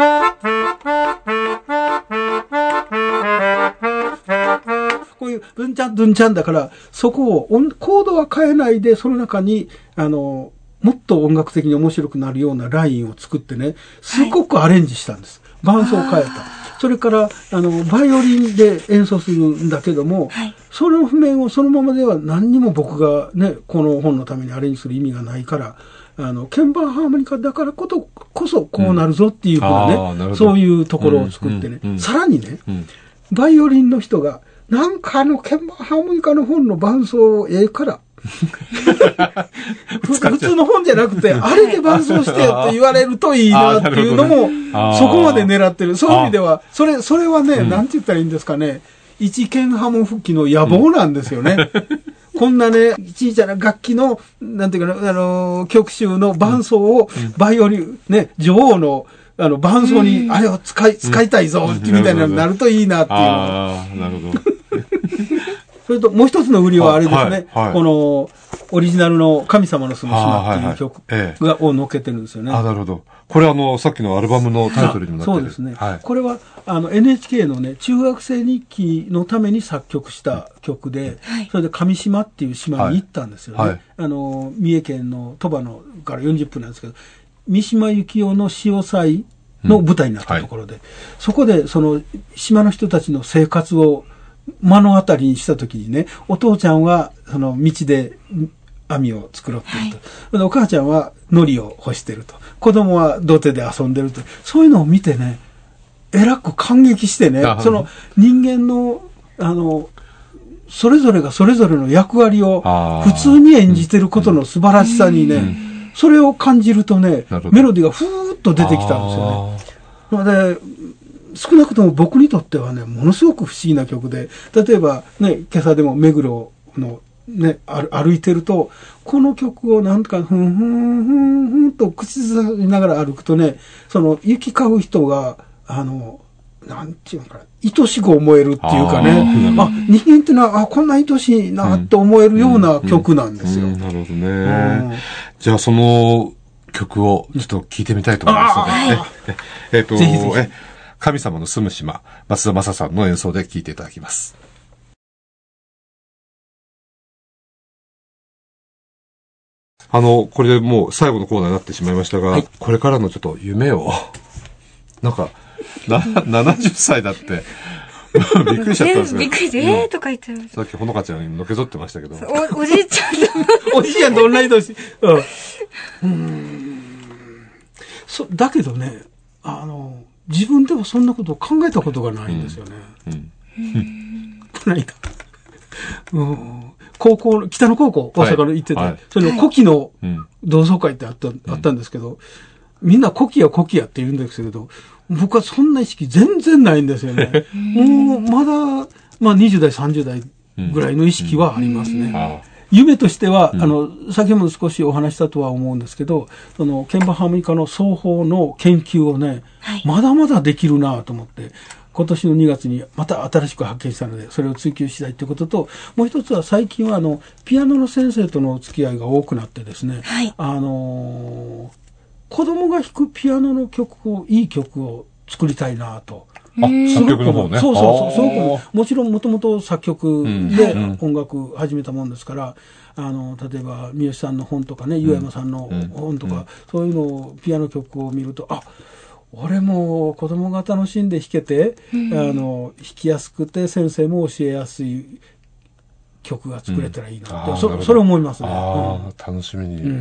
こういうブンチャンドゥンチャンだから、そこをコードは変えないで、その中に、あの、もっと音楽的に面白くなるようなラインを作ってね、すごくアレンジしたんです。はい、伴奏を変えた。それから、あの、バイオリンで演奏するんだけども、はい、その譜面をそのままでは何にも僕がね、この本のためにアレンジする意味がないから、あの、鍵盤ハーモニカだからこそ、こそこうなるぞっていうふうなね、うん、そういうところを作ってね、うんうん、さらにね、うん、バイオリンの人が、なんかあの鍵盤ハーモニカの本の伴奏ええから、普通の本じゃなくて、あれで伴奏してよって言われるといいなっていうのも、そこまで狙ってる。そういう意味では、それ、それはね、うん、なんて言ったらいいんですかね、一鍵ハモ復帰の野望なんですよね。うん、こんなね、小さな楽器の、なんていうかな、あの、曲集の伴奏を、バイオリン、ね、女王の、あの、伴奏に、あれを使い、使いたいぞ、みたいなのになるといいなっていう。 ああ、なるほど。 それともう一つの売りはあれですね、はいはい、このオリジナルの神様の住む島っていう曲が、を乗っけてるんですよね。 あ、なるほど。 これあの、さっきのアルバムのタイトルにもなってる。 そうですね。はい、これは、あの、エヌエイチケー のね、中学生日記のために作曲した曲で、はい、それで上島っていう島に行ったんですよね。はい、あの、三重県の鳥羽のからよんじゅっぷんなんですけど、三島由紀夫の潮祭の舞台になったところで、うんはい、そこでその島の人たちの生活を目の当たりにしたときにね、お父ちゃんはその道で網を作ろうっていると、はい、お母ちゃんは海苔を干してると、子供は土手で遊んでると、そういうのを見てね、えらく感激してね、その人間の、あの、それぞれがそれぞれの役割を普通に演じてることの素晴らしさにね、うんうん、それを感じるとね、メロディーがふーっと出てきたんですよね。なので、少なくとも僕にとってはね、ものすごく不思議な曲で、例えばね、今朝でも目黒のね、歩いてると、この曲をなんとか、ふんふんふんふんと口ずさみながら歩くとね、その行き交う人が、あの、なんていうのかな、愛しく思えるっていうかね、あ, あ人間ってのは、あ、こんな愛しいなって思えるような曲なんですよ。 うんうんうん、なるほどね、うん。じゃあその曲をちょっと聴いてみたいと思いますので、はい、ええっとぜひぜひえ、神様の住む島、松田正さんの演奏で聴いていただきます。あの、これでもう最後のコーナーになってしまいましたが、はい、これからのちょっと夢を、なんか、な、ななじゅっさいだって、びっくりしちゃったんですよ。 びっくりして、えーとか言ってました。さっきほのかちゃんにのけぞってましたけど。 お、おじいちゃんと。おじいちゃんと同い年。うん。うーん。そ、だけどね、あの、自分ではそんなことを考えたことがないんですよね。うん。うん。こないだ。うん。高校、北野高校、大阪の行ってて、はいはい、その古希の同窓会ってあった、うん、あったんですけど、みんな古希や古希やって言うんですけど、僕はそんな意識全然ないんですよね。もう、まだ、まあにじゅう代、さんじゅう代ぐらいの意識はありますね。うんうん、夢としては、うん、あの、先ほど少しお話したとは思うんですけど、その、鍵盤ハーモニカの奏法の研究をね、はい、まだまだできるなと思って、今年のにがつにまた新しく発見したので、それを追求したいということと、もう一つは最近はあの、ピアノの先生とのお付き合いが多くなってですね、はい、あのー、子供が弾くピアノの曲を、いい曲を作りたいなと。 あ、作曲の方ね。 そうそうそう。すごく、もちろんもともと作曲で音楽始めたもんですから、うん、あの、例えば、三好さんの本とかね、湯山さんの本とか、うんうん、そういうのを、ピアノ曲を見ると、あ、俺も子供が楽しんで弾けて、うん、あの、弾きやすくて先生も教えやすい曲が作れたらいいなって、うん、そ, それ思いますね。 あうん、楽しみに、うんうん。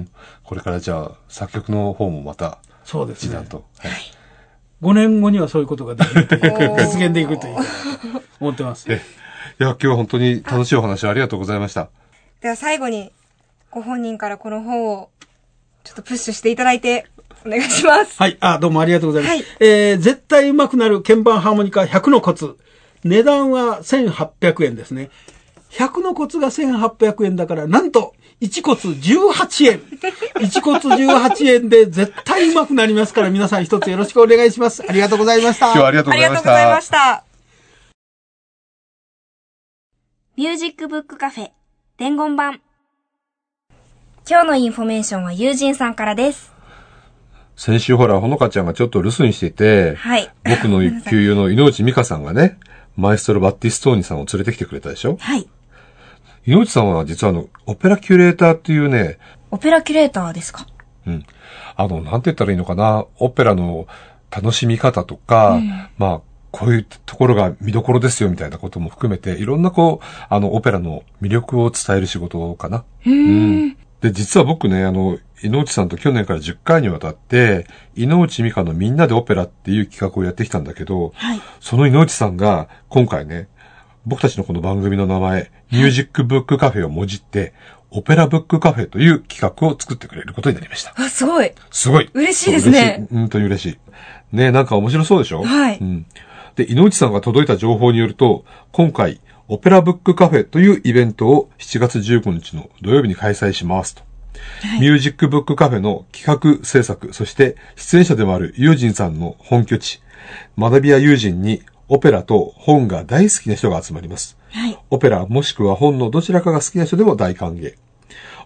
これからじゃあ作曲の方もまたそうですね。 一段と。はい、 ごねんごにはそういうことができるという実現でいくという思ってます。 えいや今日は本当に楽しいお話ありがとうございました。 では最後にご本人からこの本をちょっとプッシュしていただいてお願いします。 はい。あ、どうもありがとうございます。はい、えー、絶対上手くなる鍵盤ハーモニカひゃくのコツ。値段はせんはっぴゃくえんですね。ひゃくのコツがせんはっぴゃくえんだから、なんと、いちコツじゅうはちえん。いちコツじゅうはちえんで絶対上手くなりますから、皆さん一つよろしくお願いします。ありがとうございました。 今日はありがとうございました。ありがとうございました。 ミュージックブックカフェ、伝言版。今日のインフォメーションは友人さんからです。 先週ほら、ほのかちゃんがちょっと留守にしてて、はい、僕の旧友の井内美香さんがね、マエストロバッティストーニさんを連れてきてくれたでしょ。はい。井内さんは実はあの、オペラキュレーターっていうね。 オペラキュレーターですか？ うん。あの、なんて言ったらいいのかな、オペラの楽しみ方とか、うん、まあ、こういうところが見どころですよみたいなことも含めて、いろんなこう、あの、オペラの魅力を伝える仕事かな。うん。で、実は僕ね、あの、井内さんと去年からじゅっかいにわたって、井内美香のみんなでオペラっていう企画をやってきたんだけど、はい、その井内さんが今回ね、僕たちのこの番組の名前、ミュージックブックカフェをもじって、オペラブックカフェという企画を作ってくれることになりました。 あ、すごい。 すごい。 嬉しいですね。 本当に嬉しい。ね、なんか面白そうでしょ？ はい。 うん。で、井内さんが届いた情報によると、今回、オペラブックカフェというイベントをしちがつじゅうごにちの土曜日に開催しますと。はい、ミュージックブックカフェの企画制作、そして出演者でもあるユージンさんの本拠地、学び屋ユージンにオペラと本が大好きな人が集まります。はい、オペラもしくは本のどちらかが好きな人でも大歓迎。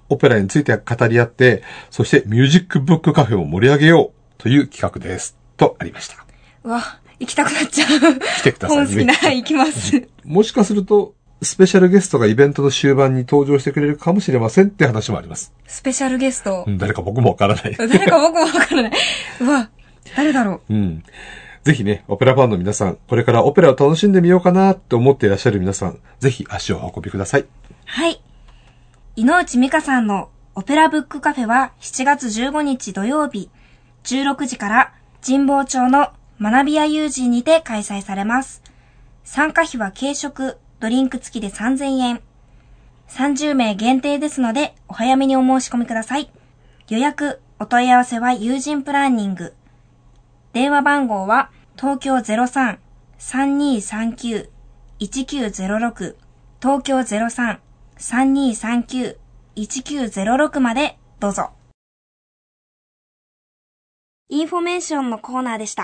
オペラについて語り合って、そしてミュージックブックカフェを盛り上げようという企画です。とありました。 うわ、行きたくなっちゃう。 来てくださいね。 本好きな、行きます。 もしかすると、スペシャルゲストがイベントの終盤に登場してくれるかもしれませんって話もあります。 スペシャルゲスト。 うん、誰か僕もわからない。 誰か僕もわからない。うわ、誰だろう。うん。ぜひね、オペラファンの皆さん、これからオペラを楽しんでみようかなって思っていらっしゃる皆さん、ぜひ足をお運びください。 はい。井内美香さんのオペラブックカフェはしちがつじゅうごにち土曜日、じゅうろくじから神保町の学び屋友人にて開催されます。参加費は軽食、ドリンク付きでさんぜんえん。さんじゅうめい限定ですので、お早めにお申し込みください。予約、お問い合わせは友人プランニング。電話番号は東京 ゼロさん さんにーさんきゅう いちきゅうゼロろく 東京 ゼロさん さんにーさんきゅう いちきゅうゼロろく までどうぞ。インフォメーションのコーナーでした。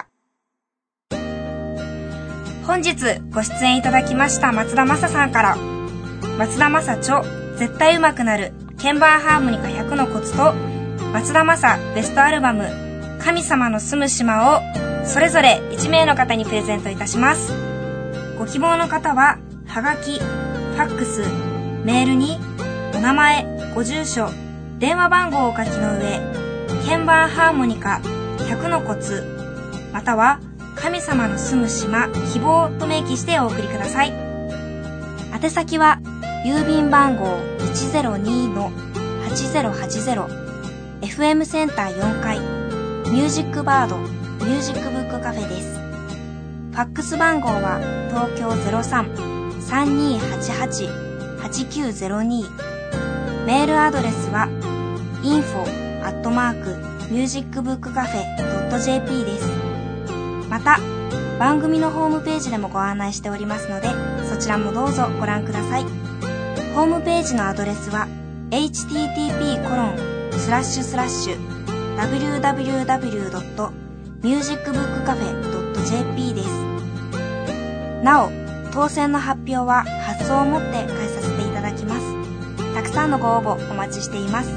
本日ご出演いただきました松田正さんから、松田正著絶対上手くなる鍵盤ハーモニカひゃくのコツと松田正ベストアルバム神様の住む島をそれぞれいちめいの方にプレゼントいたします。ご希望の方ははがき、ファックス、メールにお名前、ご住所、電話番号をお書きの上、鍵盤ハーモニカひゃくのコツまたは神様の住む島希望と明記してお送りください。宛先は郵便番号 いちゼロにー はちゼロはちゼロ エフエム センターよんかいミュージックバードミュージックブックカフェです。ファックス番号は東京 ゼロさん さんにーはちはち はちきゅうゼロに メールアドレスは インフォ アットマーク ミュージックブックカフェ ドット ジェーピー です。また番組のホームページでもご案内しておりますので、そちらもどうぞご覧ください。ホームページのアドレスは エイチティーティーピーコロンスラッシュスラッシュダブリューダブリューダブリュードットミュージックブックカフェドット ジェーピー です。なお当選の発表は発送をもって返させていただきます。たくさんのご応募お待ちしています。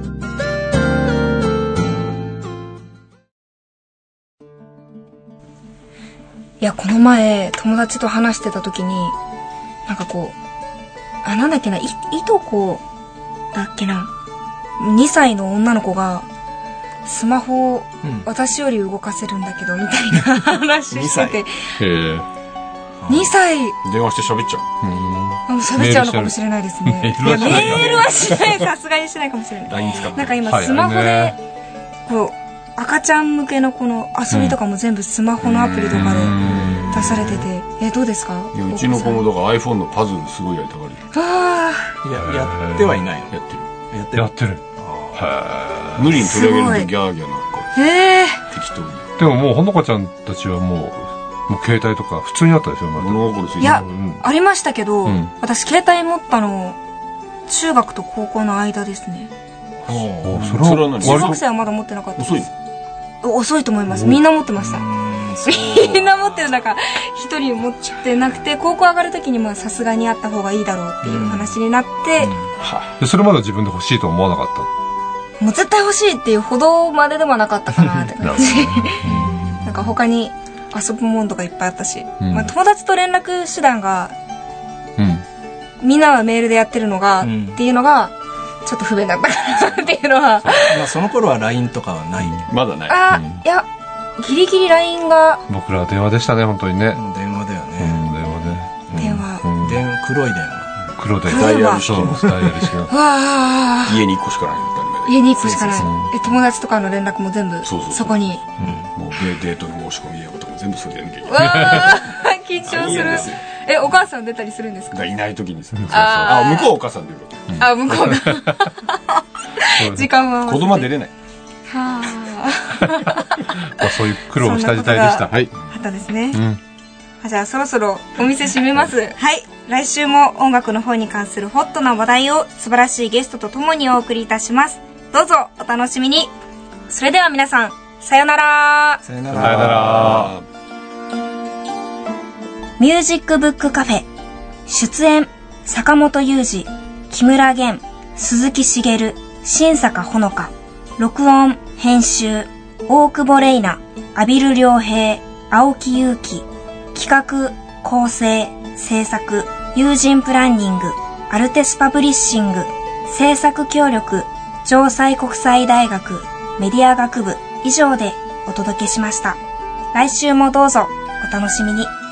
いや、この前友達と話してた時になんかこうあなんだっけない、いとこだっけな、にさいの女の子がスマホを私より動かせるんだけど、うん、みたいな話してて。へえ。にさい電話して喋っちゃう。うん、喋っちゃうのかもしれないですね。いや、メールはしない、さすがにしないかもしれない。 ライン 使って。 なんか今スマホでこう赤ちゃん向けのこの遊びとかも全部スマホのアプリとかで出されてて、えどうですか？ いや、うちの子もだから iPhone のパズルすごいやりたがる。 ああ。いや、やってはいないの。 やってる。 やってる。やってる。 無理に取り上げるとギャーギャーなんか。 へえ。 適当に。 でももうほのかちゃんたちはもう、もう携帯とか普通にあったでしょ、 物心ついて。 いや、うん、ありましたけど、うん、私携帯持ったの中学と高校の間ですね。 ああ、それは何？ 中学生はまだ持ってなかったです。 遅い？ 遅いと思います。みんな持ってました。みんな持ってる中一人持ってなくて、高校上がる時にもさすがにあった方がいいだろうっていう話になって、 うん、それまで自分で欲しいと思わなかった？ もう絶対欲しいっていうほどまでではなかったかなって感じ。なんか他に遊ぶもんとかいっぱいあったし、うん、まあ、友達と連絡手段が、うん、みんなはメールでやってるのが、うん、っていうのがちょっと不便だったかなっていうのは。 まあ、その頃は ライン とかはない。 まだない。 あ、うん、いやギリギリ ライン が。 僕らは電話でしたね、本当にね。 うん、電話だよね。 うん、電話で。電話。 うん、電黒い電話。 黒で。 ダイヤル式の。 ダイヤル式の。 わ家にいっこしかないの。 家にいっこしかない。え、友達とかの連絡も全部そ, うそうそうそこに。 うん、もうデートの申し込みやことも全部それでやんなきゃいけない。 わー、緊張する。え、お母さん出たりするんですか？ いない時にする。あ、向こうはお母さん出るわけ。 あ、向こうが。時間は。 子供は出れない。 はあ。そういう苦労した時代でした。はい。 あったですね。うん。じゃあそろそろお店閉めます。はい。来週も音楽の方に関するホットな話題を素晴らしいゲストとともにお送りいたします。どうぞお楽しみに。それでは皆さん、さよなら。 さよなら。 さよなら。 ミュージックブックカフェ。出演、坂本雄二、木村玄、鈴木茂。 新坂ほのか、録音、編集、大久保玲奈、阿比留良平、青木祐希、企画、構成、制作、友人プランニング、アルテスパブリッシング、制作協力、城西国際大学、メディア学部以上でお届けしました。来週もどうぞお楽しみに。